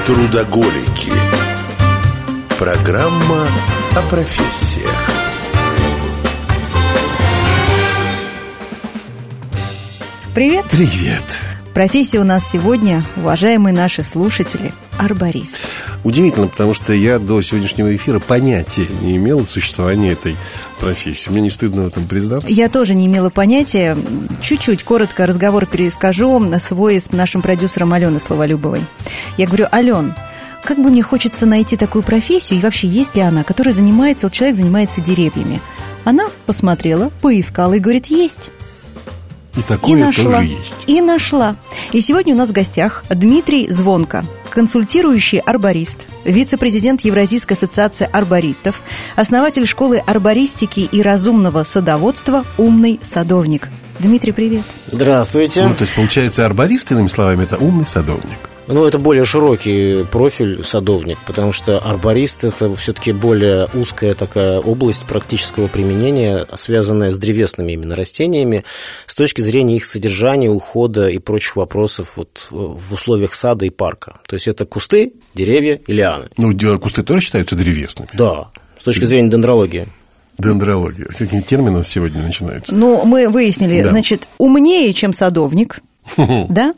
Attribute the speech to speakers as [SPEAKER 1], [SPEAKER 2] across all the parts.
[SPEAKER 1] Трудоголики. Программа о профессиях.
[SPEAKER 2] Привет.
[SPEAKER 3] Привет.
[SPEAKER 2] Профессия у нас сегодня, уважаемые наши слушатели, арборист.
[SPEAKER 3] Удивительно, потому что я до сегодняшнего эфира понятия не имел о существовании этой профессии. Мне не стыдно в этом признаться.
[SPEAKER 2] Я тоже не имела понятия. Чуть-чуть, коротко разговор перескажу свой с нашим продюсером Аленой Словолюбовой. Я говорю: Ален, как бы мне хочется найти такую профессию, и вообще есть ли она, которая занимается, вот человек занимается деревьями. Она посмотрела, поискала и говорит: есть.
[SPEAKER 3] И такое тоже есть.
[SPEAKER 2] И нашла. И сегодня у нас в гостях Дмитрий Звонко, консультирующий арборист, вице-президент Евразийской ассоциации арбористов, основатель школы арбористики и разумного садоводства «Умный садовник». Дмитрий, привет.
[SPEAKER 4] Здравствуйте.
[SPEAKER 3] Ну, то есть, получается, арборист, иными словами, это умный садовник.
[SPEAKER 4] Ну, это более широкий профиль садовник, потому что арборист – это все-таки более узкая такая область практического применения, связанная с древесными именно растениями, с точки зрения их содержания, ухода и прочих вопросов вот в условиях сада и парка. То есть это кусты, деревья и лианы.
[SPEAKER 3] Ну, кусты тоже считаются древесными?
[SPEAKER 4] Да, с точки зрения дендрологии.
[SPEAKER 3] Дендрология. Всякие термины сегодня начинаются.
[SPEAKER 2] Ну, мы выяснили, значит, умнее, чем садовник, да?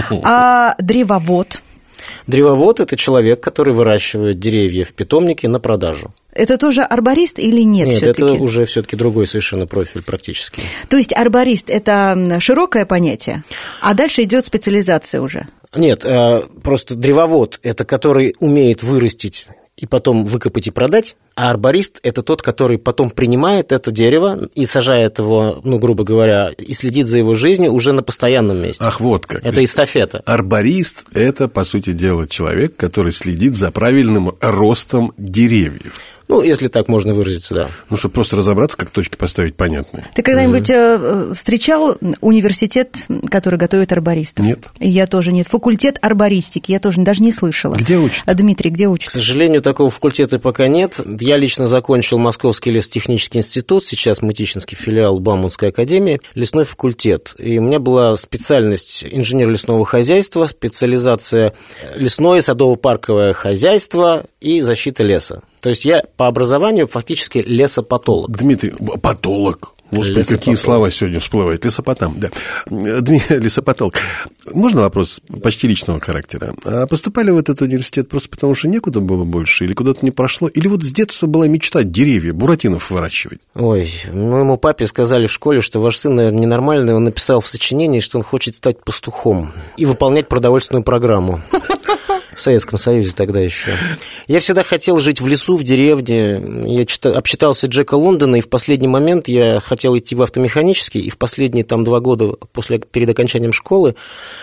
[SPEAKER 2] А древовод?
[SPEAKER 4] Древовод – это человек, который выращивает деревья в питомнике на продажу.
[SPEAKER 2] Это тоже арборист или нет?
[SPEAKER 4] Нет,
[SPEAKER 2] все-таки?
[SPEAKER 4] это уже все-таки другой совершенно профиль практически.
[SPEAKER 2] То есть арборист – это широкое понятие, а дальше идет специализация уже?
[SPEAKER 4] Нет, просто древовод – это который умеет вырастить и потом выкопать и продать, а арборист – это тот, который потом принимает это дерево и сажает его, ну, грубо говоря, и следит за его жизнью уже на постоянном месте.
[SPEAKER 3] Ах, вот как.
[SPEAKER 4] Это эстафета.
[SPEAKER 3] Арборист – это, по сути дела, человек, который следит за правильным ростом деревьев.
[SPEAKER 4] Ну, если так можно выразиться, да.
[SPEAKER 3] Ну, чтобы просто разобраться, как точки поставить понятные.
[SPEAKER 2] Ты когда-нибудь встречал университет, который готовит арбористов?
[SPEAKER 3] Нет.
[SPEAKER 2] Я тоже нет. Факультет арбористики я тоже даже не слышала.
[SPEAKER 3] Где учат?
[SPEAKER 2] Дмитрий, где
[SPEAKER 4] К
[SPEAKER 2] учатся?
[SPEAKER 4] сожалению, такого факультета пока нет. Я лично закончил Московский лесотехнический институт, сейчас Мытищинский филиал Бауманской академии, лесной факультет. И у меня была специальность инженер лесного хозяйства, специализация лесное садово-парковое хозяйство и защита леса. То есть я по образованию фактически лесопатолог.
[SPEAKER 3] Дмитрий, патолог. Господи, какие слова сегодня всплывают. Лесопотам, да. Лесопатолог. Можно вопрос почти личного характера? А поступали в этот университет просто потому, что некуда было больше? Или куда-то не прошло? Или вот с детства была мечта деревья, буратинов выращивать?
[SPEAKER 4] Ой, моему папе сказали в школе, что ваш сын, наверное, ненормальный. Он написал в сочинении, что он хочет стать пастухом и выполнять продовольственную программу. В Советском Союзе тогда еще. Я всегда хотел жить в лесу, в деревне. Я обчитался Джека Лондона, и в последний момент я хотел идти в автомеханический, и в последние там 2 года перед окончанием школы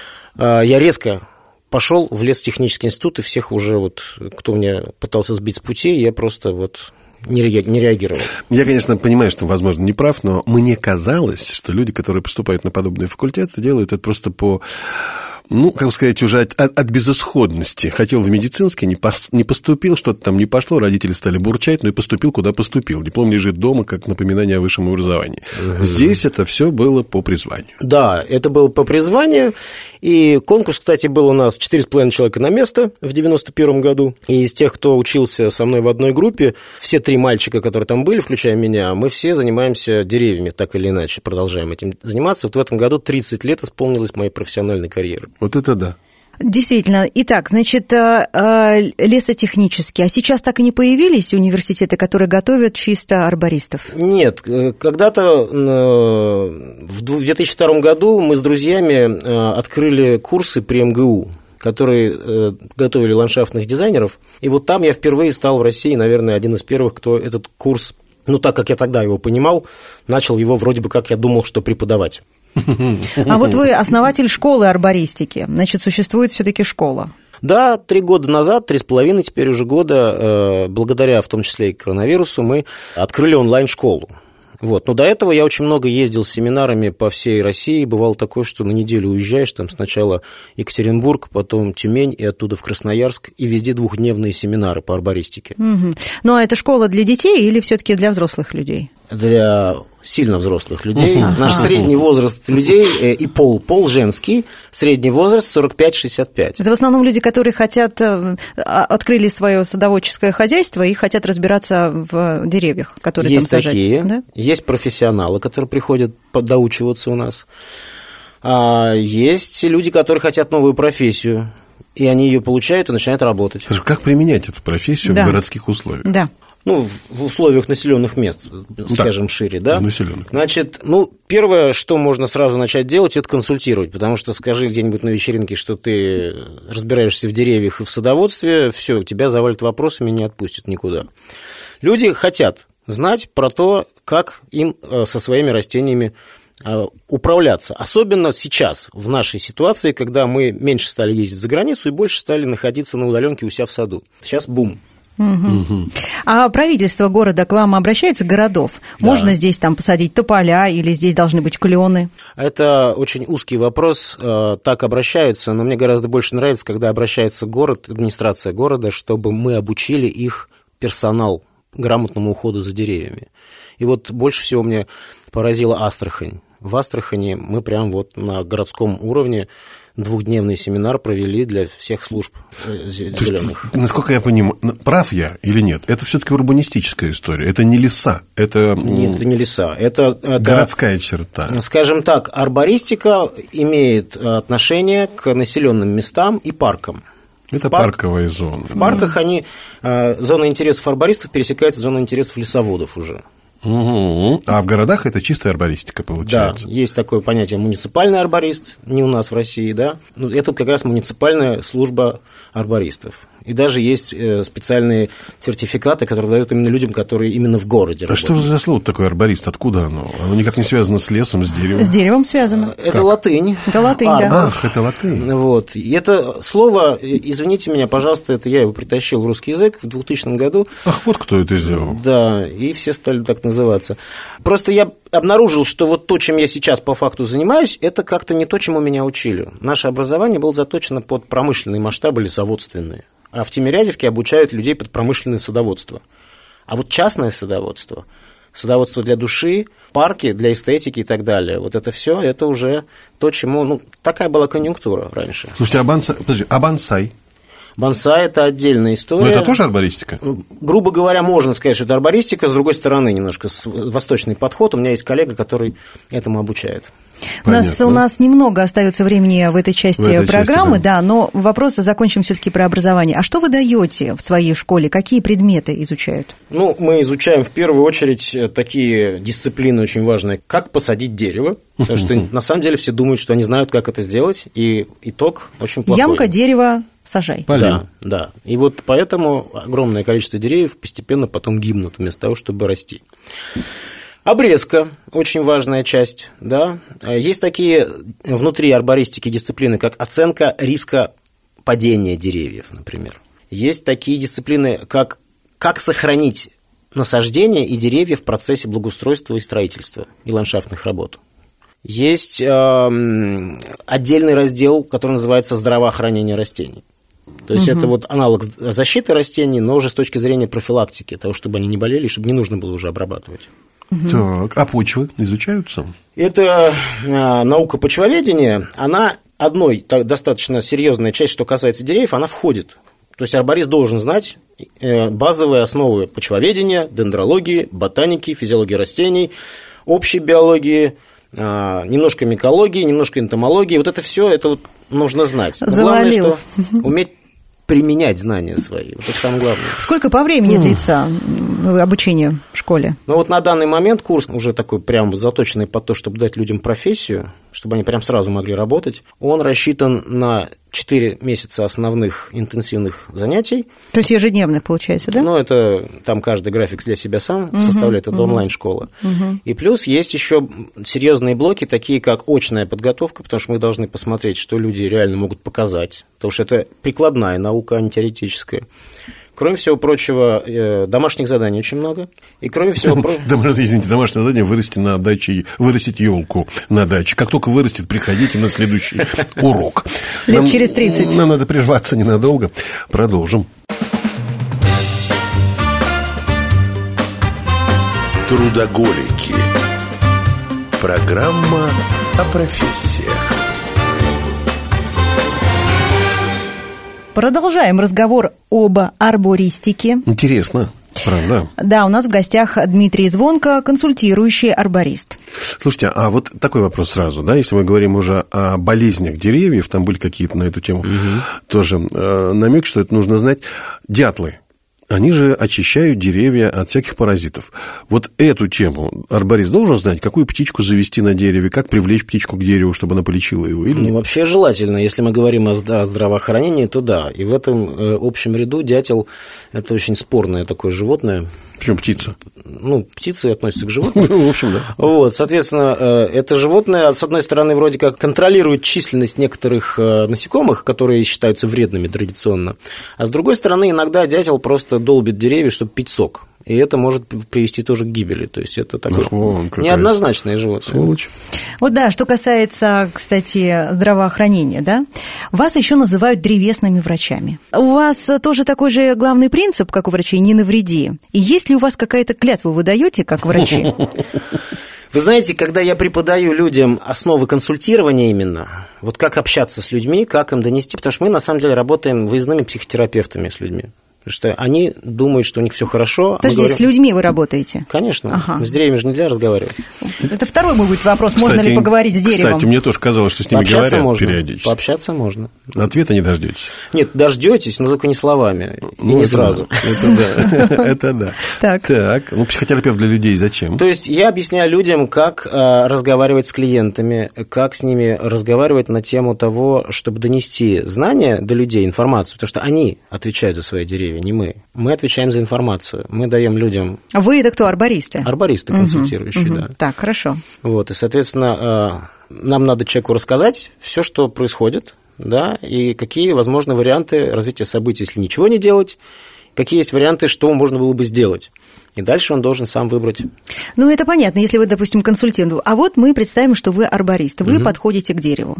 [SPEAKER 4] я резко пошел в лесотехнический институт, и всех уже вот, кто меня пытался сбить с пути, я просто вот не реагировал. Я,
[SPEAKER 3] конечно, понимаю, что, возможно, не прав, но мне казалось, что люди, которые поступают на подобные факультеты, делают это просто по... Ну, как сказать, уже от безысходности. Хотел в медицинский, не поступил, что-то там не пошло, родители стали бурчать, но и поступил, куда поступил. Диплом лежит дома, как напоминание о высшем образовании. Здесь это все было по призванию.
[SPEAKER 4] Да, это было по призванию. И конкурс, кстати, был у нас 4,5 человека на место в 91 году. И из тех, кто учился со мной в одной группе, все 3 мальчика, которые там были, включая меня, мы все занимаемся деревьями, так или иначе, продолжаем этим заниматься. Вот в этом году 30 лет исполнилось моей профессиональной карьеры.
[SPEAKER 3] Вот это да.
[SPEAKER 2] Действительно. Итак, значит, лесотехнический. А сейчас так и не появились университеты, которые готовят чисто арбористов?
[SPEAKER 4] Нет. Когда-то в 2002 году мы с друзьями открыли курсы при МГУ, которые готовили ландшафтных дизайнеров. И вот там я впервые стал в России, наверное, один из первых, кто этот курс, ну, так как я тогда его понимал, начал его вроде бы как я думал, что преподавать.
[SPEAKER 2] А вот вы основатель школы арбористики, значит, существует все-таки школа?
[SPEAKER 4] Да, 3 года назад, 3,5 теперь уже года, благодаря в том числе и коронавирусу, мы открыли онлайн-школу. Вот. Но до этого я очень много ездил с семинарами по всей России. Бывало такое, что на неделю уезжаешь, там сначала Екатеринбург, потом Тюмень, и оттуда в Красноярск, и везде 2-дневные семинары по арбористике.
[SPEAKER 2] Угу. Ну, а это школа для детей или все-таки для взрослых людей?
[SPEAKER 4] Для сильно взрослых людей. Наш средний возраст людей и пол женский, средний возраст 45-65.
[SPEAKER 2] Это в основном люди, которые открыли свое садоводческое хозяйство и хотят разбираться в деревьях, которые
[SPEAKER 4] есть
[SPEAKER 2] там сажать.
[SPEAKER 4] Есть такие,
[SPEAKER 2] да?
[SPEAKER 4] Есть профессионалы, которые приходят доучиваться у нас. А есть люди, которые хотят новую профессию, и они ее получают и начинают работать.
[SPEAKER 3] Слушай, как применять эту профессию в городских условиях?
[SPEAKER 2] Да.
[SPEAKER 4] Ну, в условиях населенных мест, скажем, шире, да?
[SPEAKER 3] В населенных.
[SPEAKER 4] Значит, первое, что можно сразу начать делать, это консультировать, потому что скажи где-нибудь на вечеринке, что ты разбираешься в деревьях и в садоводстве, все, тебя завалят вопросами, не отпустят никуда. Люди хотят знать про то, как им со своими растениями управляться. Особенно сейчас, в нашей ситуации, когда мы меньше стали ездить за границу и больше стали находиться на удаленке у себя в саду. Сейчас бум.
[SPEAKER 2] А правительство города к вам обращается, городов? Да. Можно здесь посадить тополя или здесь должны быть клены?
[SPEAKER 4] Это очень узкий вопрос. Так обращаются, но мне гораздо больше нравится, когда обращается город, администрация города, чтобы мы обучили их персонал грамотному уходу за деревьями. И вот больше всего мне поразила Астрахань. В Астрахани мы прям на городском уровне двухдневный семинар провели для всех служб зеленых.
[SPEAKER 3] Насколько я понимаю, прав я или нет, это все-таки урбанистическая история, это не леса, это...
[SPEAKER 4] Нет, это не леса, это
[SPEAKER 3] городская черта.
[SPEAKER 4] Скажем так, арбористика имеет отношение к населенным местам и паркам.
[SPEAKER 3] Это парковые зоны.
[SPEAKER 4] В парках зона интересов арбористов пересекается с зоной интересов лесоводов уже.
[SPEAKER 3] А в городах это чистая арбористика получается?
[SPEAKER 4] Да, есть такое понятие муниципальный арборист, не у нас в России, да. Это как раз муниципальная служба арбористов. И даже есть специальные сертификаты, которые дают именно людям, которые именно в городе работают.
[SPEAKER 3] Что за слово такое арборист? Откуда оно? Оно никак не связано с лесом, с деревом?
[SPEAKER 2] С деревом связано.
[SPEAKER 4] Это латынь.
[SPEAKER 2] Это латынь, да.
[SPEAKER 3] Ах, это латынь.
[SPEAKER 4] Вот. И это слово, извините меня, пожалуйста, это я его притащил в русский язык в 2000 году.
[SPEAKER 3] Ах, вот кто это сделал.
[SPEAKER 4] Да, и все стали так называться. Просто я обнаружил, что вот то, чем я сейчас по факту занимаюсь, это как-то не то, чему меня учили. Наше образование было заточено под промышленные масштабы лесоводственные. А в Тимирязевке обучают людей под промышленное садоводство. А вот частное садоводство, садоводство для души, парки для эстетики и так далее, вот это все, это уже то, чему... такая была конъюнктура раньше.
[SPEAKER 3] Слушайте, а бонсай?
[SPEAKER 4] Бонсай – это отдельная история.
[SPEAKER 3] Но это тоже арбористика?
[SPEAKER 4] Грубо говоря, можно сказать, что это арбористика. С другой стороны, немножко восточный подход. У меня есть коллега, который этому обучает.
[SPEAKER 2] У нас немного остается времени в этой части программы, да, но вопросы закончим все-таки про образование. А что вы даете в своей школе? Какие предметы изучают?
[SPEAKER 4] Мы изучаем в первую очередь такие дисциплины очень важные, как посадить дерево. Потому что на самом деле все думают, что они знают, как это сделать, и итог очень плохой.
[SPEAKER 2] Ямка, дерево, сажай.
[SPEAKER 4] Да. И вот поэтому огромное количество деревьев постепенно потом гибнут вместо того, чтобы расти. Обрезка – очень важная часть, да. Есть такие внутри арбористики дисциплины, как оценка риска падения деревьев, например. Есть такие дисциплины, как сохранить насаждения и деревья в процессе благоустройства и строительства и ландшафтных работ. Есть отдельный раздел, который называется «Здравоохранение растений». То есть это вот аналог защиты растений, но уже с точки зрения профилактики, того, чтобы они не болели, чтобы не нужно было уже обрабатывать.
[SPEAKER 3] Так, а почвы изучаются?
[SPEAKER 4] Это наука почвоведения, она одной достаточно серьезная часть, что касается деревьев, она входит. То есть арборист должен знать базовые основы почвоведения, дендрологии, ботаники, физиологии растений, общей биологии, немножко микологии, немножко энтомологии. Вот это все это вот нужно знать. Но главное, что уметь применять знания свои. Вот это самое главное.
[SPEAKER 2] Сколько по времени длится обучение в школе?
[SPEAKER 4] На данный момент курс уже такой прям заточенный под то, чтобы дать людям профессию, чтобы они прям сразу могли работать. Он рассчитан на 4 месяца основных интенсивных занятий.
[SPEAKER 2] То есть ежедневных, получается, да?
[SPEAKER 4] Это там каждый график для себя сам составляет, это онлайн-школа. И плюс есть еще серьезные блоки, такие как очная подготовка, потому что мы должны посмотреть, что люди реально могут показать, потому что это прикладная наука, а не теоретическая. Кроме всего прочего, домашних заданий очень много. И кроме всего
[SPEAKER 3] Извините, домашнее задание вырастить елку на даче. Как только вырастет, приходите на следующий урок.
[SPEAKER 2] Лет через 30.
[SPEAKER 3] Нам надо прерваться ненадолго. Продолжим.
[SPEAKER 1] Трудоголики. Программа о профессиях.
[SPEAKER 2] Продолжаем разговор об арбористике.
[SPEAKER 3] Интересно, правда?
[SPEAKER 2] Да, у нас в гостях Дмитрий Звонко, консультирующий арборист.
[SPEAKER 3] Слушайте, а вот такой вопрос сразу, да, если мы говорим уже о болезнях деревьев, там были какие-то на эту тему тоже намеки, что это нужно знать. Дятлы. Они же очищают деревья от всяких паразитов. Вот эту тему арборист должен знать, какую птичку завести на дереве, как привлечь птичку к дереву, чтобы она полечила его, или нет?
[SPEAKER 4] Вообще желательно. Если мы говорим о здравоохранении, то да. И в этом общем ряду дятел – это очень спорное такое животное.
[SPEAKER 3] Причем птица?
[SPEAKER 4] Птицы относятся к животным.
[SPEAKER 3] В общем, да.
[SPEAKER 4] Вот, соответственно, это животное, с одной стороны, вроде как контролирует численность некоторых насекомых, которые считаются вредными традиционно, а с другой стороны, иногда дятел просто долбит деревья, чтобы пить сок. И это может привести тоже к гибели. То есть это такое неоднозначное животное.
[SPEAKER 3] Сволочь.
[SPEAKER 2] Вот да, что касается, кстати, здравоохранения, да, вас еще называют древесными врачами. У вас тоже такой же главный принцип, как у врачей, не навреди. И есть ли у вас какая-то клятва вы даете, как врачи?
[SPEAKER 4] Вы знаете, когда я преподаю людям основы консультирования именно, вот как общаться с людьми, как им донести, потому что мы на самом деле работаем выездными психотерапевтами с людьми. Потому что они думают, что у них все хорошо.
[SPEAKER 2] Подожди, с людьми вы работаете?
[SPEAKER 4] Конечно. Ага. С деревьями же нельзя разговаривать.
[SPEAKER 2] Это второй мой будет вопрос. Можно ли поговорить с деревом?
[SPEAKER 3] Кстати, мне тоже казалось, что с ними говорят периодически.
[SPEAKER 4] Пообщаться можно.
[SPEAKER 3] Ответа не дождетесь.
[SPEAKER 4] Нет, дождетесь, но только не словами. И не сразу.
[SPEAKER 3] Это да. Так. Психотерапевт для людей зачем?
[SPEAKER 4] То есть я объясняю людям, как разговаривать с клиентами, как с ними разговаривать на тему того, чтобы донести знания до людей, информацию, потому что они отвечают за свои деревья, не мы. Мы отвечаем за информацию. Мы даем людям...
[SPEAKER 2] А вы это кто, арбористы?
[SPEAKER 4] Арбористы, консультирующие, да.
[SPEAKER 2] Так, хорошо.
[SPEAKER 4] Вот, и, соответственно, нам надо человеку рассказать все, что происходит, да, и какие возможны варианты развития событий, если ничего не делать, какие есть варианты, что можно было бы сделать. И дальше он должен сам выбрать.
[SPEAKER 2] Это понятно, если вы, допустим, консультируете. А вот мы представим, что вы арборист, вы подходите к дереву.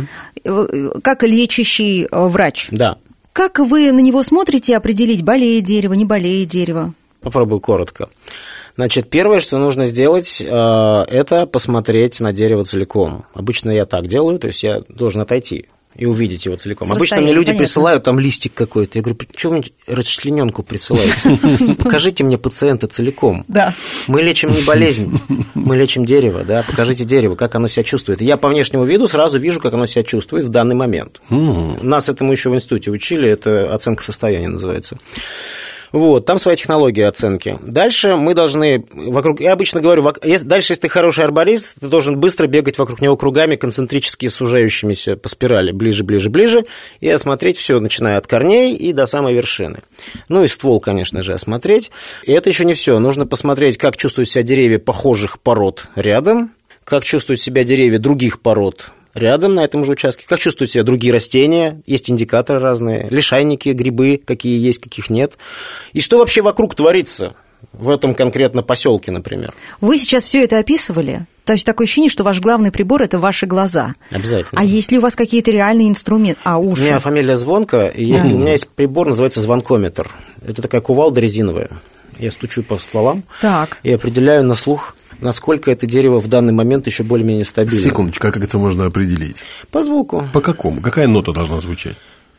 [SPEAKER 2] Как лечащий врач.
[SPEAKER 4] Да.
[SPEAKER 2] Как вы на него смотрите, определить, болеет дерево, не болеет дерево?
[SPEAKER 4] Попробую коротко. Значит, первое, что нужно сделать, это посмотреть на дерево целиком. Обычно я так делаю, то есть я должен отойти и увидеть его целиком. Обычно мне люди присылают там листик какой-то. Я говорю, что вы расчлененку присылаете? Покажите мне пациента целиком.
[SPEAKER 2] Да.
[SPEAKER 4] Мы лечим не болезнь, мы лечим дерево. Да? Покажите дерево, как оно себя чувствует. Я по внешнему виду сразу вижу, как оно себя чувствует в данный момент. Нас этому еще в институте учили, это оценка состояния называется. Вот, там своя технология оценки. Дальше мы должны вокруг... Я обычно говорю, дальше, если ты хороший арборист, ты должен быстро бегать вокруг него кругами, концентрически сужающимися по спирали, ближе, ближе, ближе, и осмотреть все, начиная от корней и до самой вершины. И ствол, конечно же, осмотреть. И это еще не все. Нужно посмотреть, как чувствуют себя деревья похожих пород рядом, как чувствуют себя деревья других пород рядом на этом же участке, как чувствуют себя другие растения, есть индикаторы разные, лишайники, грибы, какие есть, каких нет, и что вообще вокруг творится в этом конкретно поселке, например.
[SPEAKER 2] Вы сейчас все это описывали, то есть такое ощущение, что ваш главный прибор – это ваши глаза.
[SPEAKER 4] Обязательно.
[SPEAKER 2] А есть ли у вас какие-то реальные инструменты? Уши?
[SPEAKER 4] У меня фамилия Звонко, и у меня есть прибор, называется звонкометр. Это такая кувалда резиновая. Я стучу по стволам и определяю на слух, насколько это дерево в данный момент еще более-менее стабильно.
[SPEAKER 3] Секундочку, как это можно определить?
[SPEAKER 4] По звуку.
[SPEAKER 3] По какому? Какая нота должна звучать?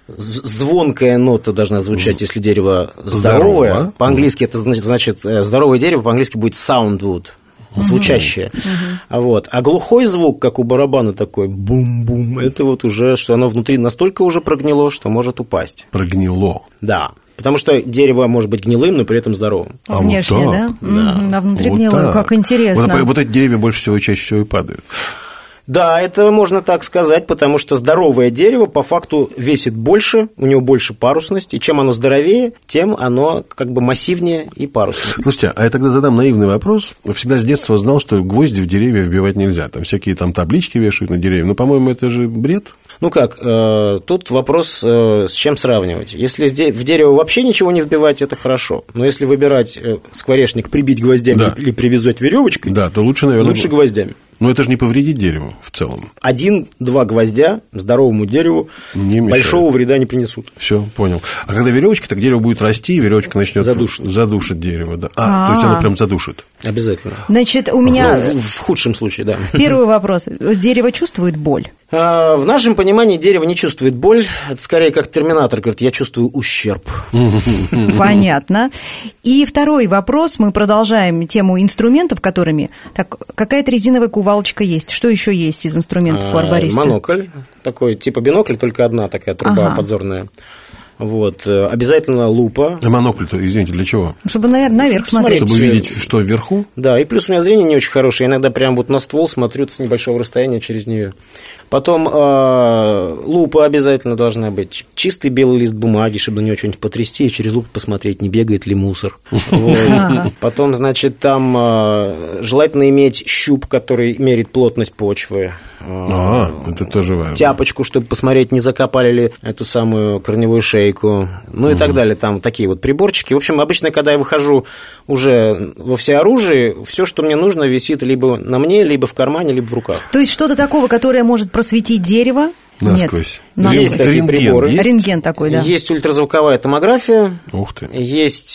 [SPEAKER 4] Звонкая нота должна звучать, если дерево здоровое. По-английски это значит здоровое дерево, по-английски будет soundwood, звучащее. Вот. А глухой звук, как у барабана такой, бум-бум, это вот уже, что оно внутри настолько уже прогнило, что может упасть.
[SPEAKER 3] Прогнило?
[SPEAKER 4] Да. Потому что дерево может быть гнилым, но при этом здоровым.
[SPEAKER 2] Внешне,
[SPEAKER 3] вот
[SPEAKER 2] да?
[SPEAKER 3] Да.
[SPEAKER 2] А внутри гнилое, как интересно.
[SPEAKER 3] Вот эти деревья больше всего, чаще всего и падают.
[SPEAKER 4] Да, это можно так сказать, потому что здоровое дерево по факту весит больше, у него больше парусности, и чем оно здоровее, тем оно как бы массивнее и паруснее.
[SPEAKER 3] Слушайте, а я тогда задам наивный вопрос. Я всегда с детства знал, что гвозди в деревья вбивать нельзя. Там всякие таблички вешают на деревья. Но, по-моему, это же бред.
[SPEAKER 4] Тут вопрос, с чем сравнивать. Если в дерево вообще ничего не вбивать, это хорошо. Но если выбирать скворечник, прибить гвоздями или привязать веревочкой,
[SPEAKER 3] то лучше, наверное,
[SPEAKER 4] гвоздями.
[SPEAKER 3] Но это же не повредит дереву в целом.
[SPEAKER 4] 1-2 гвоздя здоровому дереву большого вреда не принесут.
[SPEAKER 3] Все, понял. А когда веревочка, так дерево будет расти, и веревочка начнет задушит дерево. Да. То есть оно прям задушит.
[SPEAKER 4] Обязательно.
[SPEAKER 2] Значит, у меня...
[SPEAKER 4] В худшем случае, да.
[SPEAKER 2] Первый вопрос. Дерево чувствует боль?
[SPEAKER 4] В нашем понимании дерево не чувствует боль. Это скорее как терминатор говорит, я чувствую ущерб.
[SPEAKER 2] Понятно. И второй вопрос. Мы продолжаем тему инструментов, которыми... Так, какая-то резиновая кувалочка есть. Что еще есть из инструментов у арбориста?
[SPEAKER 4] Монокль. Такой типа бинокль, только одна такая труба подзорная. Вот. Обязательно лупа.
[SPEAKER 3] А монокль-то, извините, для чего?
[SPEAKER 2] Чтобы, наверное, наверх смотреть.
[SPEAKER 3] Чтобы видеть, что вверху?
[SPEAKER 4] Да, и плюс у меня зрение не очень хорошее. Я иногда прям вот на ствол смотрю с небольшого расстояния через нее. Потом лупа обязательно должна быть. Чистый белый лист бумаги, чтобы на него что-нибудь потрясти и через лупу посмотреть, не бегает ли мусор. Потом, значит, там желательно иметь щуп, который мерит плотность почвы.
[SPEAKER 3] Это тоже важно.
[SPEAKER 4] Тяпочку, чтобы посмотреть, не закопали ли эту самую корневую шейку. Ну и так далее. Там такие вот приборчики. В общем, обычно, когда я выхожу уже во всеоружии, все, что мне нужно, висит либо на мне, либо в кармане, либо в руках.
[SPEAKER 2] То есть что-то такого, которое может просветить дерево?
[SPEAKER 3] Насквозь.
[SPEAKER 4] Нет. Есть такие приборы.
[SPEAKER 3] Есть?
[SPEAKER 2] Рентген такой, да.
[SPEAKER 4] Есть ультразвуковая томография.
[SPEAKER 3] Ух ты.
[SPEAKER 4] Есть,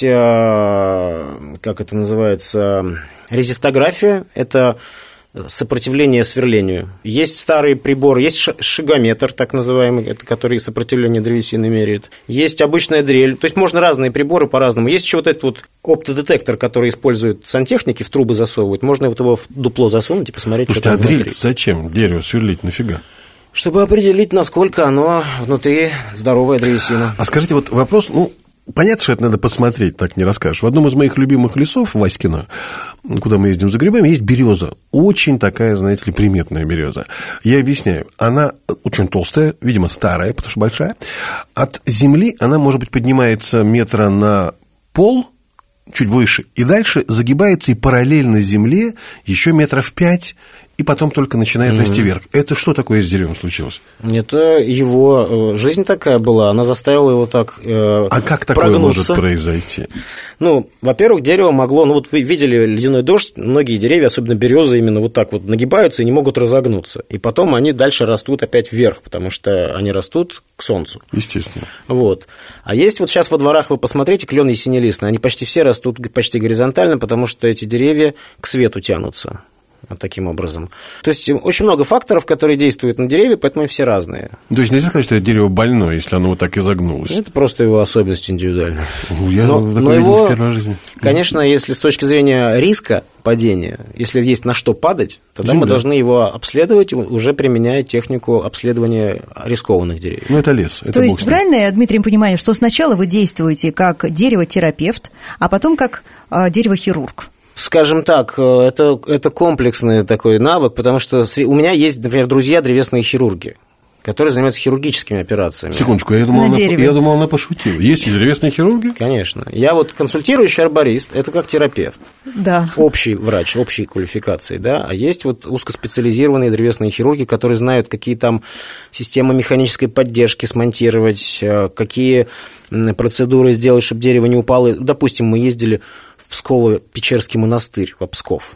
[SPEAKER 4] как это называется, резистография. Это сопротивление сверлению. Есть старые приборы, есть шагометр, так называемый, который сопротивление древесины меряет. Есть обычная дрель. То есть можно разные приборы по-разному. Есть еще вот этот вот оптодетектор, который используют сантехники, в трубы засовывают. Можно вот его в дупло засунуть и посмотреть, что там внутри.
[SPEAKER 3] А дрель зачем? Дерево сверлить нафига?
[SPEAKER 4] Чтобы определить, насколько оно внутри здоровая древесина.
[SPEAKER 3] А скажите, вот вопрос, понятно, что это надо посмотреть, так не расскажешь. В одном из моих любимых лесов, Васькино, куда мы ездим за грибами, есть береза. Очень такая, знаете ли, приметная береза. Я объясняю. Она очень толстая, видимо, старая, потому что большая. От земли она, может быть, поднимается метра на пол, чуть выше, и дальше загибается и параллельно земле еще метров 5, и потом только начинает расти вверх. Это что такое с деревом случилось?
[SPEAKER 4] Это его жизнь такая была, она заставила его так
[SPEAKER 3] А как такое
[SPEAKER 4] прогнуться.
[SPEAKER 3] может произойти?
[SPEAKER 4] Во-первых, дерево могло... вот вы видели ледяной дождь, многие деревья, особенно березы, именно вот так вот нагибаются и не могут разогнуться. И потом они дальше растут опять вверх, потому что они растут к солнцу.
[SPEAKER 3] Естественно.
[SPEAKER 4] Вот. А есть вот сейчас во дворах, вы посмотрите, клен ясенелистный, они почти все растут почти горизонтально, потому что эти деревья к свету тянутся. Таким образом. То есть очень много факторов, которые действуют на деревья, поэтому они все разные.
[SPEAKER 3] То есть нельзя сказать, что это дерево больное, если оно вот так изогнулось?
[SPEAKER 4] Это просто его особенность индивидуальная.
[SPEAKER 3] Я такое видел в первой жизни.
[SPEAKER 4] Конечно, если с точки зрения риска падения, если есть на что падать, тогда мы должны его обследовать, уже применяя технику обследования рискованных деревьев.
[SPEAKER 3] Это лес. Это
[SPEAKER 2] То есть правильно я, Дмитрий, понимаю, что сначала вы действуете как дерево-терапевт, а потом как дерево-хирург?
[SPEAKER 4] Скажем так, это комплексный такой навык, потому что у меня есть, например, друзья древесные хирурги, которые занимаются хирургическими операциями.
[SPEAKER 3] Секундочку, я думал, она пошутила. Есть и древесные хирурги?
[SPEAKER 4] Конечно. Я вот консультирующий арборист, это как терапевт.
[SPEAKER 2] Да.
[SPEAKER 4] Общий врач, общей квалификации, да. А есть вот узкоспециализированные древесные хирурги, которые знают, какие там системы механической поддержки смонтировать, какие процедуры сделать, чтобы дерево не упало. Допустим, мы ездили в Псково-Печерский монастырь, в Псков,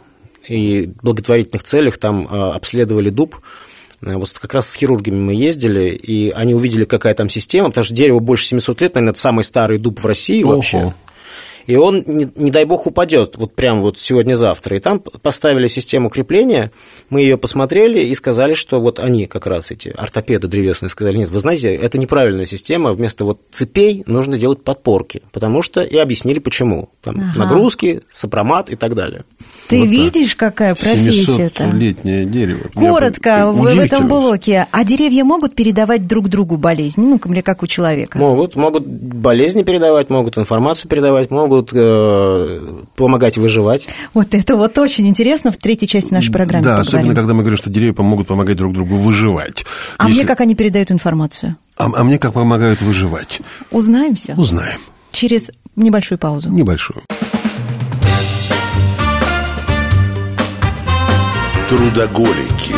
[SPEAKER 4] и в благотворительных целях там обследовали дуб. Вот как раз с хирургами мы ездили, и они увидели, какая там система, потому что дерево больше 700 лет, наверное, это самый старый дуб в России вообще. И он, не дай бог, упадет вот прямо вот сегодня-завтра. И там поставили систему крепления, мы ее посмотрели и сказали, что вот они как раз, эти ортопеды древесные, сказали, нет, вы знаете, это неправильная система, вместо вот цепей нужно делать подпорки, потому что и объяснили, почему. Там нагрузки, сопромат и так далее.
[SPEAKER 2] Ты вот видишь, какая профессия-то?
[SPEAKER 3] 700-летнее дерево.
[SPEAKER 2] Коротко, в этом блоке. А деревья могут передавать друг другу болезни? Ну, как у человека.
[SPEAKER 4] Могут болезни передавать, могут информацию передавать, могут помогать выживать.
[SPEAKER 2] Вот это вот очень интересно в третьей части нашей программы.
[SPEAKER 3] Да, особенно, когда мы говорим, что деревья могут помогать друг другу выживать.
[SPEAKER 2] Мне как они передают информацию?
[SPEAKER 3] А мне как помогают выживать?
[SPEAKER 2] Узнаем все?
[SPEAKER 3] Узнаем.
[SPEAKER 2] Через небольшую паузу.
[SPEAKER 3] Небольшую.
[SPEAKER 1] Трудоголики.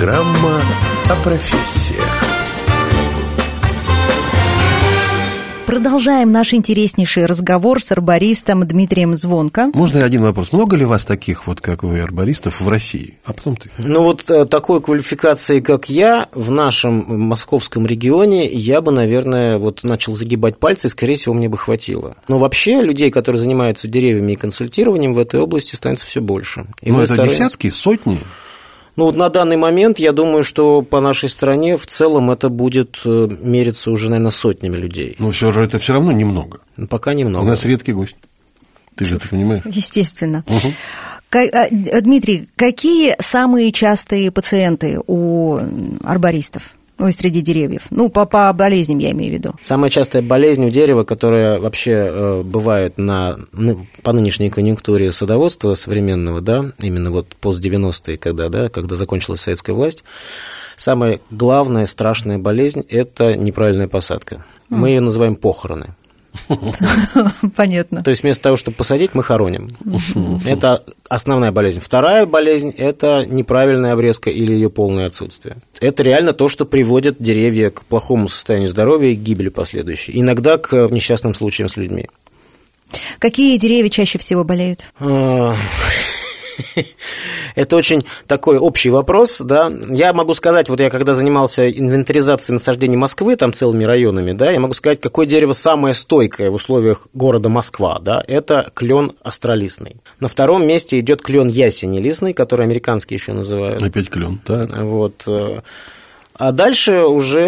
[SPEAKER 1] Программа о профессиях.
[SPEAKER 2] продолжаем наш интереснейший разговор с арбористом Дмитрием Звонко.
[SPEAKER 3] Можно один вопрос? Много ли вас таких, вот как вы, арбористов в России? А потом ты.
[SPEAKER 4] Ну, вот такой квалификации, как я, в нашем московском регионе, я бы, наверное, вот начал загибать пальцы, и, скорее всего, мне бы хватило. Но вообще людей, которые занимаются деревьями и консультированием, в этой области становится все больше. И
[SPEAKER 3] это десятки, сотни?
[SPEAKER 4] Ну, вот на данный момент, я думаю, что по нашей стране в целом это будет мериться уже, наверное, сотнями людей.
[SPEAKER 3] Но все же это все равно немного.
[SPEAKER 4] Пока немного.
[SPEAKER 3] У нас редкий гость. Ты же это понимаешь?
[SPEAKER 2] Естественно. Дмитрий, какие самые частые пациенты у арбористов? Ну, среди деревьев. Ну, по болезням я имею в виду.
[SPEAKER 4] Самая частая болезнь у дерева, которая вообще бывает по нынешней конъюнктуре садоводства современного, да, именно вот пост-90-е, когда закончилась советская власть, самая главная страшная болезнь – это неправильная посадка. Мы ее называем похороны.
[SPEAKER 2] Понятно.
[SPEAKER 4] То есть вместо того, чтобы посадить, мы хороним. Это основная болезнь. Вторая болезнь – это неправильная обрезка или ее полное отсутствие. Это реально то, что приводит деревья к плохому состоянию здоровья и к гибели последующей. Иногда к несчастным случаям с людьми.
[SPEAKER 2] Какие деревья чаще всего болеют?
[SPEAKER 4] Это очень такой общий вопрос, да. Я могу сказать, вот я когда занимался инвентаризацией насаждений Москвы, там целыми районами, да, я могу сказать, какое дерево самое стойкое в условиях города Москва, да, это клен остролистный. На втором месте идет клен ясенелистный, который американский еще называют.
[SPEAKER 3] Опять клен, так.
[SPEAKER 4] Вот. А дальше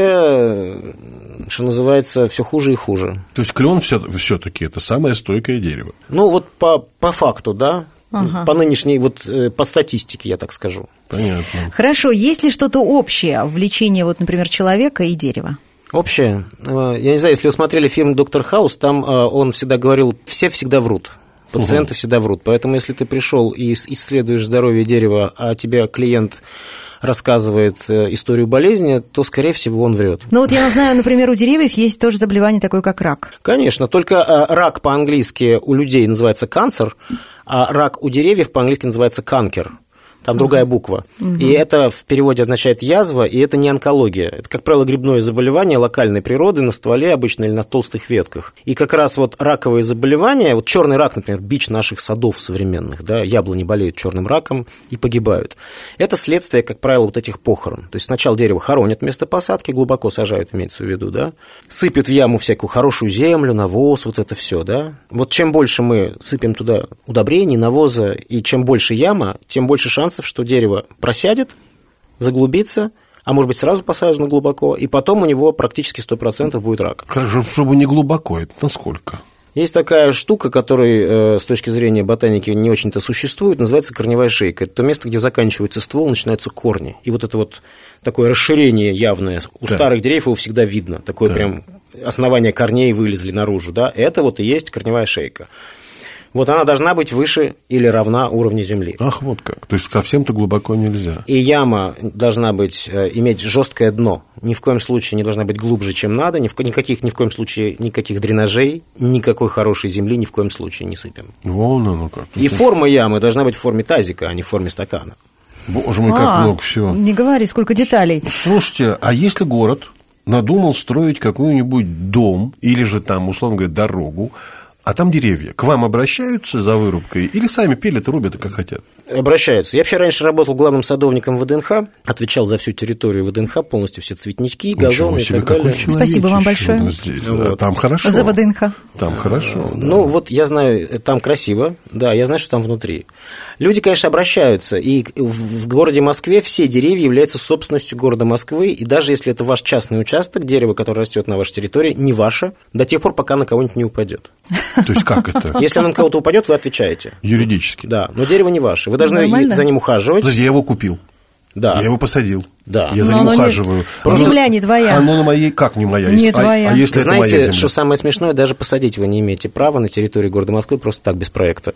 [SPEAKER 4] уже, что называется, все хуже и хуже.
[SPEAKER 3] То есть клен все-таки это самое стойкое дерево.
[SPEAKER 4] Ну, вот по факту, да. Ага. По нынешней, вот по статистике, я так скажу.
[SPEAKER 3] Понятно.
[SPEAKER 2] Хорошо, есть ли что-то общее в лечении, вот, например, человека и дерева?
[SPEAKER 4] Общее? Я не знаю, если вы смотрели фильм «Доктор Хаус», там он всегда говорил, все всегда врут. Пациенты всегда врут. Поэтому, если ты пришел и исследуешь здоровье дерева, а тебе клиент рассказывает историю болезни, то, скорее всего, он врет.
[SPEAKER 2] Ну вот я знаю, например, у деревьев есть тоже заболевание такое, как рак.
[SPEAKER 4] Конечно, только рак по-английски у людей называется канцер, а рак у деревьев по-английски называется канкер. Там другая буква. И это в переводе означает язва, и это не онкология. Это, как правило, грибное заболевание локальной природы на стволе обычно или на толстых ветках. И как раз вот раковые заболевания, вот черный рак, например, бич наших садов современных, да, яблони болеют черным раком и погибают. Это следствие, как правило, вот этих похорон. То есть сначала дерево хоронят вместо посадки, глубоко сажают, имеется в виду, да, сыпят в яму всякую хорошую землю, навоз, вот это все, да. Вот чем больше мы сыпем туда удобрений, навоза, и чем больше яма, тем больше шансов, что дерево просядет, заглубится, а может быть сразу посажено глубоко, и потом у него практически 100% будет рак.
[SPEAKER 3] Хорошо, чтобы не глубоко, это насколько?
[SPEAKER 4] Есть такая штука, которая с точки зрения ботаники не очень-то существует, называется корневая шейка. Это то место, где заканчивается ствол, начинаются корни. И вот это вот такое расширение явное у старых деревьев его всегда видно. Такое прям основание корней вылезли наружу. Да? Это вот и есть корневая шейка. Вот она должна быть выше или равна уровню земли.
[SPEAKER 3] Ах, вот как. То есть совсем-то глубоко нельзя.
[SPEAKER 4] И яма должна быть, иметь жесткое дно. Ни в коем случае не должна быть глубже, чем надо. Ни в коем случае никаких дренажей, никакой хорошей земли ни в коем случае не сыпем.
[SPEAKER 3] Вон оно как.
[SPEAKER 4] И форма ямы должна быть в форме тазика, а не в форме стакана.
[SPEAKER 3] Боже мой, как много всего.
[SPEAKER 2] Не говори, сколько деталей.
[SPEAKER 3] Слушайте, а если город надумал строить какой-нибудь дом или же там, условно говоря, дорогу, а там деревья, к вам обращаются за вырубкой или сами пилят и рубят, как хотят?
[SPEAKER 4] Обращаются. Я вообще раньше работал главным садовником ВДНХ, отвечал за всю территорию ВДНХ, полностью все цветнички, газоны и так далее.
[SPEAKER 2] Спасибо вам большое.
[SPEAKER 3] Вот. Там хорошо.
[SPEAKER 2] За ВДНХ.
[SPEAKER 3] Там хорошо.
[SPEAKER 4] Ну, вот я знаю, там красиво, да, я знаю, что там внутри. Люди, конечно, обращаются, и в городе Москве все деревья являются собственностью города Москвы, и даже если это ваш частный участок, дерево, которое растет на вашей территории, не ваше, до тех пор, пока на кого-нибудь не упадет.
[SPEAKER 3] То есть как это?
[SPEAKER 4] Если оно на кого-то упадет, вы отвечаете.
[SPEAKER 3] Юридически?
[SPEAKER 4] Да, но дерево не ваше. Вы должны за ним ухаживать.
[SPEAKER 3] Подожди, я его купил.
[SPEAKER 4] Да.
[SPEAKER 3] Я его посадил.
[SPEAKER 4] Да.
[SPEAKER 3] Я за ним ухаживаю.
[SPEAKER 2] Земля не твоя.
[SPEAKER 3] Оно на моей, как не моя?
[SPEAKER 2] Не твоя.
[SPEAKER 3] А если это моя земля?
[SPEAKER 4] Знаете, что самое смешное, даже посадить вы не имеете права на территории города Москвы просто так, без проекта.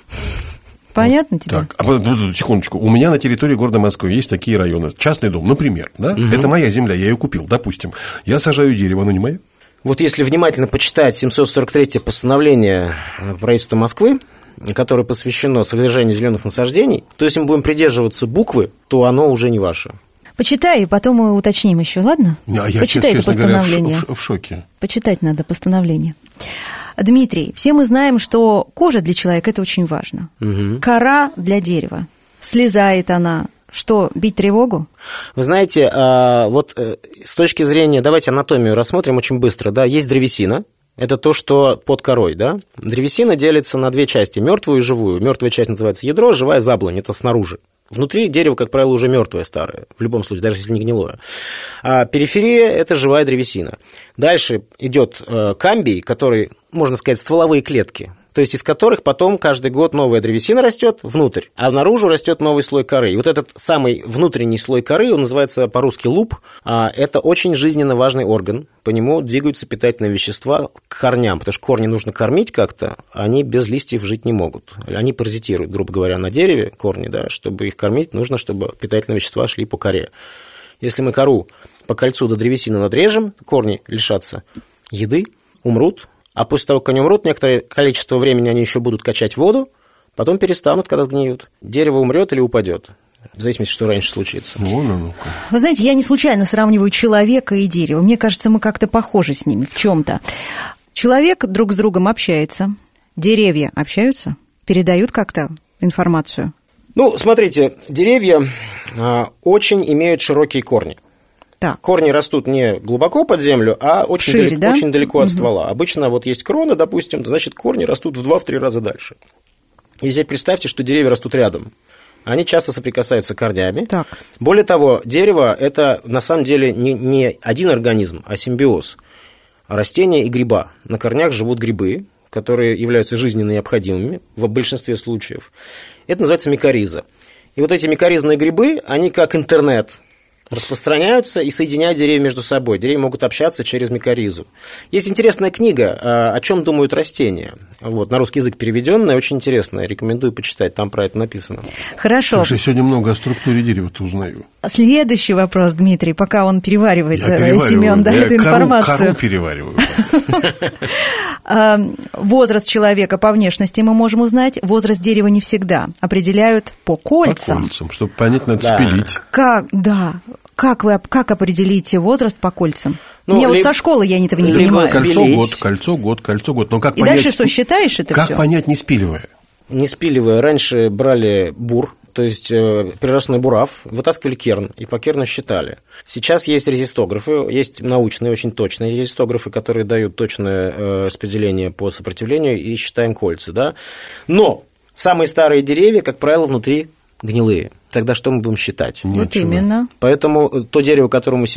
[SPEAKER 2] Понятно тебе?
[SPEAKER 3] Так, секундочку. У меня на территории города Москвы есть такие районы. Частный дом, например, да? Это моя земля, я ее купил, допустим. Я сажаю дерево, оно не мое?
[SPEAKER 4] Вот если внимательно почитать 743-е постановление правительства Москвы, которое посвящено содержанию зеленых насаждений, то если мы будем придерживаться буквы, то оно уже не ваше.
[SPEAKER 2] Почитай, и потом мы уточним еще, ладно?
[SPEAKER 3] Я,
[SPEAKER 2] почитай это постановление.
[SPEAKER 3] В шоке.
[SPEAKER 2] Почитать надо постановление. Дмитрий, все мы знаем, что кожа для человека – это очень важно. Угу. Кора для дерева. Слезает она. Что, бить тревогу?
[SPEAKER 4] Вы знаете, вот с точки зрения, давайте анатомию рассмотрим очень быстро, да, есть древесина, это то, что под корой, да. Древесина делится на две части, мертвую и живую. Мертвая часть называется ядро, живая заблонь, это снаружи. Внутри дерево, как правило, уже мертвое старое, в любом случае, даже если не гнилое. А периферия – это живая древесина. Дальше идет камбий, который, можно сказать, стволовые клетки, то есть из которых потом каждый год новая древесина растет внутрь, а наружу растет новый слой коры. И вот этот самый внутренний слой коры, он называется по-русски луп, это очень жизненно важный орган, по нему двигаются питательные вещества к корням, потому что корни нужно кормить как-то, они без листьев жить не могут. Они паразитируют, грубо говоря, на дереве, корни, да, чтобы их кормить, нужно, чтобы питательные вещества шли по коре. Если мы кору по кольцу до древесины надрежем, корни лишатся еды, умрут. А после того, как они умрут, некоторое количество времени они еще будут качать воду, потом перестанут, когда сгниют. Дерево умрет или упадет, в зависимости, что раньше случится.
[SPEAKER 2] Вы знаете, я не случайно сравниваю человека и дерево. Мне кажется, мы как-то похожи с ними в чем-то. Человек друг с другом общается, деревья общаются, передают как-то информацию.
[SPEAKER 4] Ну, смотрите, деревья очень имеют широкие корни. Так. Корни растут не глубоко под землю, а очень, шире, да? Очень далеко от ствола. Обычно вот есть крона, допустим, значит, корни растут в 2-3 раза дальше. И здесь представьте, что деревья растут рядом. Они часто соприкасаются корнями. Так. Более того, дерево – это на самом деле не один организм, а симбиоз. Растения и гриба. На корнях живут грибы, которые являются жизненно необходимыми в большинстве случаев. Это называется микориза. И вот эти микоризные грибы, они как интернет – распространяются и соединяют деревья между собой. Деревья могут общаться через микоризу. Есть интересная книга «О чем думают растения». Вот, на русский язык переведенная, очень интересная. Рекомендую почитать, там про это написано.
[SPEAKER 2] Хорошо.
[SPEAKER 3] Слушай, сегодня много о структуре дерева-то узнаю.
[SPEAKER 2] Следующий вопрос, Дмитрий, пока он переваривает, Семен, да, эту информацию.
[SPEAKER 3] Кору перевариваю.
[SPEAKER 2] Возраст человека по внешности мы можем узнать. Возраст дерева не всегда. Определяют по кольцам.
[SPEAKER 3] По кольцам, чтобы понять, надо спилить.
[SPEAKER 2] Как определите возраст по кольцам? Мне вот со школы я этого не понимаю.
[SPEAKER 3] Кольцо год. Но как
[SPEAKER 2] и понять, дальше что, считаешь это все?
[SPEAKER 3] Как понять, не спиливая?
[SPEAKER 4] Не спиливая. Раньше брали бур, то есть приростной бурав, вытаскивали керн, и по керну считали. Сейчас есть резистографы, есть научные, очень точные резистографы, которые дают точное распределение по сопротивлению, и считаем кольца, да? Но самые старые деревья, как правило, внутри гнилые. Тогда что мы будем считать?
[SPEAKER 2] Ничего. Вот именно.
[SPEAKER 4] Поэтому то дерево, которому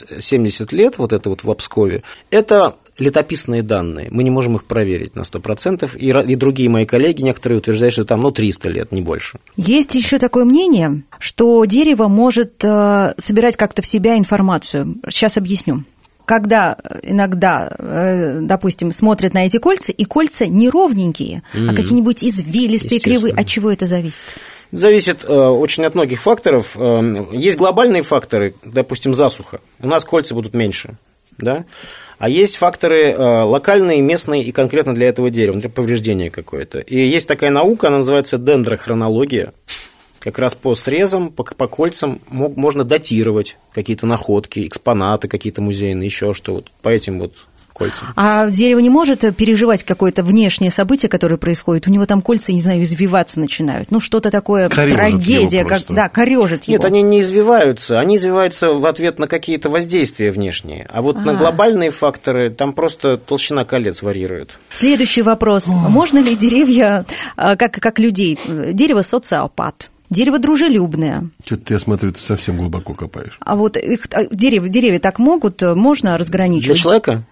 [SPEAKER 4] 770 лет, вот это вот в Обскове, это летописные данные. Мы не можем их проверить на 100%. И другие мои коллеги, некоторые утверждают, что там 300 лет, не больше.
[SPEAKER 2] Есть еще такое мнение, что дерево может собирать как-то в себя информацию. Сейчас объясню. Когда иногда, допустим, смотрят на эти кольца, и кольца не ровненькие, а какие-нибудь извилистые, кривые. От чего это зависит?
[SPEAKER 4] Зависит очень от многих факторов. Есть глобальные факторы, допустим, засуха. У нас кольца будут меньше, да? А есть факторы локальные, местные и конкретно для этого дерева, для повреждения какое-то. И есть такая наука, она называется дендрохронология. Как раз по срезам, по кольцам можно датировать какие-то находки, экспонаты какие-то музейные, еще что вот по этим вот кольцам.
[SPEAKER 2] А дерево не может переживать какое-то внешнее событие, которое происходит? У него там кольца, не знаю, извиваться начинают. Ну, что-то такое, трагедия, корежит его.
[SPEAKER 4] Нет, они не извиваются. Они извиваются в ответ на какие-то воздействия внешние. А вот на глобальные факторы там просто толщина колец варьирует.
[SPEAKER 2] Следующий вопрос. Можно ли деревья, как людей, дерево социопат? Дерево дружелюбное.
[SPEAKER 3] Что-то я смотрю, ты совсем глубоко копаешь. А
[SPEAKER 2] вот деревья так могут, можно разграничивать?
[SPEAKER 4] Для человека?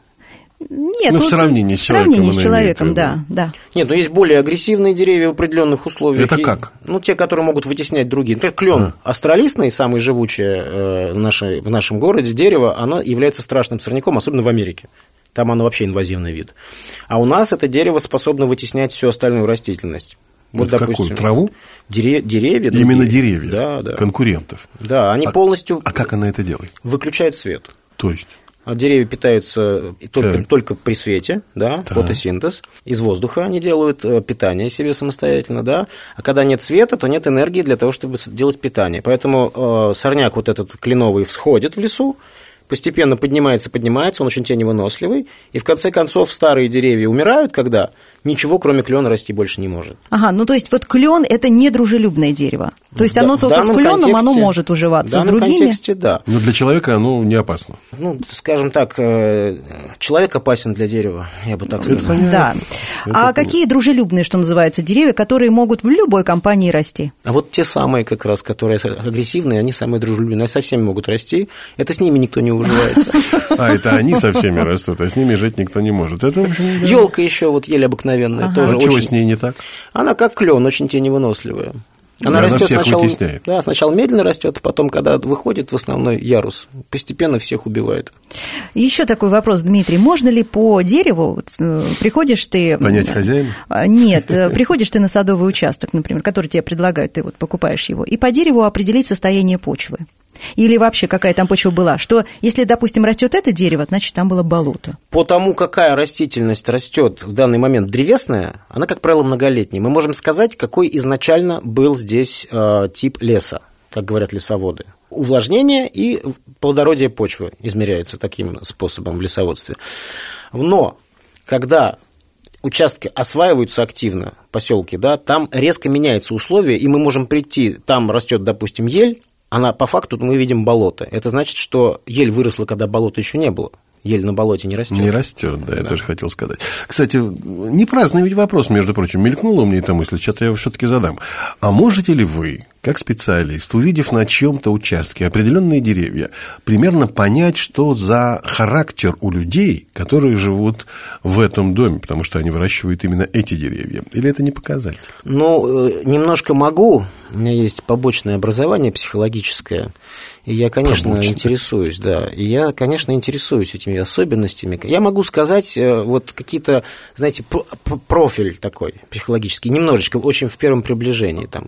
[SPEAKER 2] Нет,
[SPEAKER 3] в сравнении с человеком.
[SPEAKER 2] В сравнении с человеком, да.
[SPEAKER 4] Нет, но есть более агрессивные деревья в определенных условиях.
[SPEAKER 3] Это как?
[SPEAKER 4] Те, которые могут вытеснять другие. Например, клен астролистный, самый живучее в нашем городе дерево, оно является страшным сорняком, особенно в Америке. Там оно вообще инвазивный вид. А у нас это дерево способно вытеснять всю остальную растительность.
[SPEAKER 3] Вот, допустим, какую? Траву?
[SPEAKER 4] Деревья.
[SPEAKER 3] Именно деревья?
[SPEAKER 4] Да.
[SPEAKER 3] Конкурентов?
[SPEAKER 4] Да, они полностью...
[SPEAKER 3] А как она это делает?
[SPEAKER 4] Выключает свет.
[SPEAKER 3] То есть?
[SPEAKER 4] Деревья питаются только при свете, да, фотосинтез. Из воздуха они делают питание себе самостоятельно, да. А когда нет света, то нет энергии для того, чтобы делать питание. Поэтому сорняк вот этот кленовый всходит в лесу, постепенно поднимается, он очень теневыносливый, и в конце концов старые деревья умирают, когда ничего, кроме клена, расти больше не может.
[SPEAKER 2] Ага, ну то есть вот клен – это недружелюбное дерево. То есть оно только с кленом, оно может уживаться с другими?
[SPEAKER 4] В данном контексте, да.
[SPEAKER 3] Но для человека оно не опасно.
[SPEAKER 4] Ну, скажем так, человек опасен для дерева, я бы так сказал.
[SPEAKER 2] Да. А какие дружелюбные, что называется, деревья, которые могут в любой компании расти?
[SPEAKER 4] А вот те самые как раз, которые агрессивные, они самые дружелюбные, со всеми могут расти, это с ними никто не уживается.
[SPEAKER 3] А, это они со всеми растут, а с ними жить никто не может.
[SPEAKER 4] Елка еще, вот ель обыкновенная, тоже
[SPEAKER 3] очень... Чего с ней не так?
[SPEAKER 4] Она как клен, очень теневыносливая. Она растет сначала медленно растет, а потом, когда выходит в основной ярус, постепенно всех убивает.
[SPEAKER 2] Еще такой вопрос, Дмитрий. Можно ли по дереву, приходишь ты...
[SPEAKER 3] Понять хозяина?
[SPEAKER 2] Нет, приходишь ты на садовый участок, например, который тебе предлагают, ты вот покупаешь его, и по дереву определить состояние почвы? Или вообще какая там почва была? Что если, допустим, растет это дерево, значит, там было болото.
[SPEAKER 4] По тому, какая растительность растет в данный момент древесная, она, как правило, многолетняя. Мы можем сказать, какой изначально был здесь тип леса, как говорят лесоводы. Увлажнение и плодородие почвы измеряется таким способом в лесоводстве. Но когда участки осваиваются активно, поселки, да, там резко меняются условия, и мы можем прийти, там растет, допустим, ель, по факту мы видим болото. Это значит, что ель выросла, когда болота еще не было. Ель на болоте не растет.
[SPEAKER 3] Не растет, да, я тоже хотел сказать. Кстати, не праздный ведь вопрос, между прочим, мелькнула у меня эта мысль, сейчас я его все-таки задам. А можете ли вы, как специалист, увидев на чьем-то участке определенные деревья, примерно понять, что за характер у людей, которые живут в этом доме, потому что они выращивают именно эти деревья? Или это не показатель?
[SPEAKER 4] Ну, немножко могу. У меня есть побочное образование психологическое, и я, конечно, интересуюсь, да. И я, конечно, интересуюсь этими особенностями. Я могу сказать вот какие-то, знаете, профиль такой психологический, немножечко, очень в первом приближении. Там,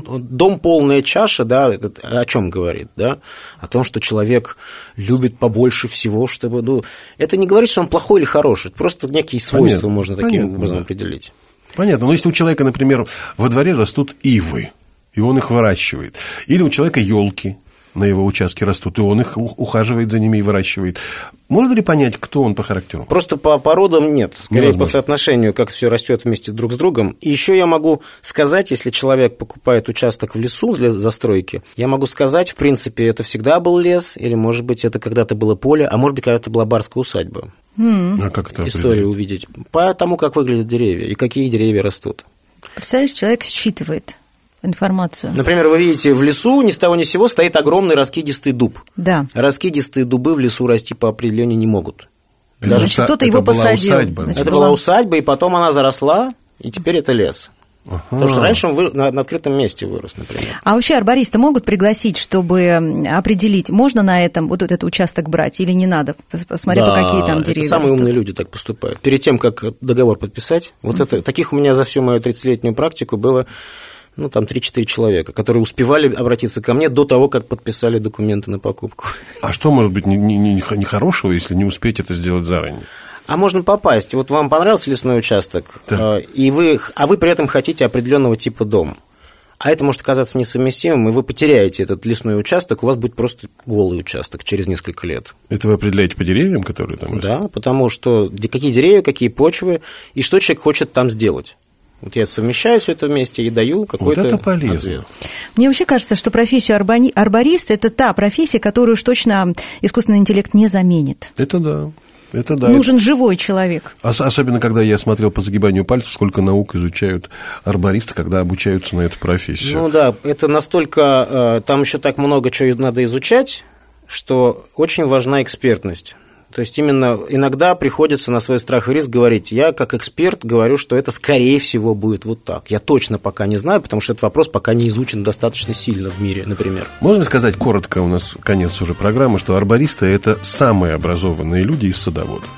[SPEAKER 4] дом полная чаша, да, это о чем говорит, да? О том, что человек любит побольше всего, чтобы... Ну, это не говорит, что он плохой или хороший, это просто некие свойства можно таким образом определить.
[SPEAKER 3] Понятно. Но если у человека, например, во дворе растут ивы, и он их выращивает, или у человека елки на его участке растут, и он их ухаживает за ними и выращивает. Можно ли понять, кто он по характеру?
[SPEAKER 4] Просто по породам нет. Скорее, по соотношению, как все растет вместе друг с другом. И еще я могу сказать, если человек покупает участок в лесу для застройки, я могу сказать, в принципе, это всегда был лес, или, может быть, это когда-то было поле, а может быть, когда-то была барская усадьба.
[SPEAKER 3] А как это
[SPEAKER 4] историю увидеть? По тому, как выглядят деревья и какие деревья растут.
[SPEAKER 2] Представляешь, человек считывает информацию.
[SPEAKER 4] Например, вы видите, в лесу ни с того ни с сего стоит огромный раскидистый дуб.
[SPEAKER 2] Да.
[SPEAKER 4] Раскидистые дубы в лесу расти по определению не могут.
[SPEAKER 2] Значит, кто-то его посадил.
[SPEAKER 4] Это была усадьба, и потом она заросла, и теперь это лес. Потому что раньше он на открытом месте вырос, например.
[SPEAKER 2] А вообще арбористы могут пригласить, чтобы определить, можно на этом вот этот участок брать или не надо? Посмотри, по какие там деревья растут.
[SPEAKER 4] Самые умные люди так поступают. Перед тем, как договор подписать, вот это, таких у меня за всю мою 30-летнюю практику было... Ну, там 3-4 человека, которые успевали обратиться ко мне до того, как подписали документы на покупку.
[SPEAKER 3] А что может быть нехорошего, если не успеть это сделать заранее?
[SPEAKER 4] А можно попасть. Вот вам понравился лесной участок, да. И вы при этом хотите определенного типа дом. А это может оказаться несовместимым, и вы потеряете этот лесной участок, у вас будет просто голый участок через несколько лет. Это
[SPEAKER 3] вы определяете по деревьям, которые там растут?
[SPEAKER 4] Да, потому что какие деревья, какие почвы, и что человек хочет там сделать. Вот я совмещаю все это вместе и даю какой-то
[SPEAKER 3] вот это полезно.
[SPEAKER 4] Ответ.
[SPEAKER 2] Мне вообще кажется, что профессию арбориста – это та профессия, которую уж точно искусственный интеллект не заменит.
[SPEAKER 3] Это да. Это да.
[SPEAKER 2] Нужен живой человек.
[SPEAKER 3] Особенно, когда я смотрел по загибанию пальцев, сколько наук изучают арбористы, когда обучаются на эту профессию.
[SPEAKER 4] Ну да, это настолько... Там еще так много чего надо изучать, что очень важна экспертность. То есть именно иногда приходится на свой страх и риск говорить, я как эксперт говорю, что это скорее всего будет вот так. Я точно пока не знаю, потому что этот вопрос пока не изучен достаточно сильно в мире, например.
[SPEAKER 3] Можно сказать коротко, у нас конец уже программы, что арбористы – это самые образованные люди из садоводов?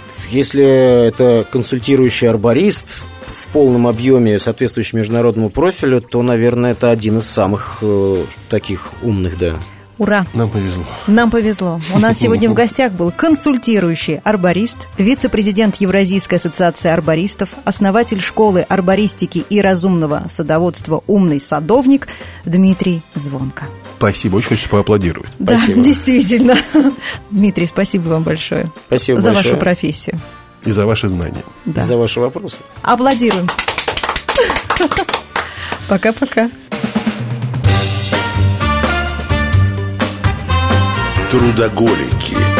[SPEAKER 4] Если это консультирующий арборист в полном объеме, соответствующий международному профилю, то, наверное, это один из самых таких умных, да.
[SPEAKER 2] Ура!
[SPEAKER 3] Нам повезло.
[SPEAKER 2] Нам повезло. У нас сегодня в гостях был консультирующий арборист, вице-президент Евразийской ассоциации арбористов, основатель школы арбористики и разумного садоводства «Умный садовник» Дмитрий Звонко.
[SPEAKER 3] Спасибо, очень хочется поаплодировать.
[SPEAKER 2] Да,
[SPEAKER 4] Спасибо.
[SPEAKER 2] действительно. Дмитрий, спасибо вам большое.
[SPEAKER 4] Спасибо
[SPEAKER 2] за
[SPEAKER 4] большое.
[SPEAKER 2] вашу профессию.
[SPEAKER 3] И за ваши знания.
[SPEAKER 2] Да.
[SPEAKER 4] За ваши вопросы.
[SPEAKER 2] Аплодируем. Пока-пока.
[SPEAKER 1] Трудоголики.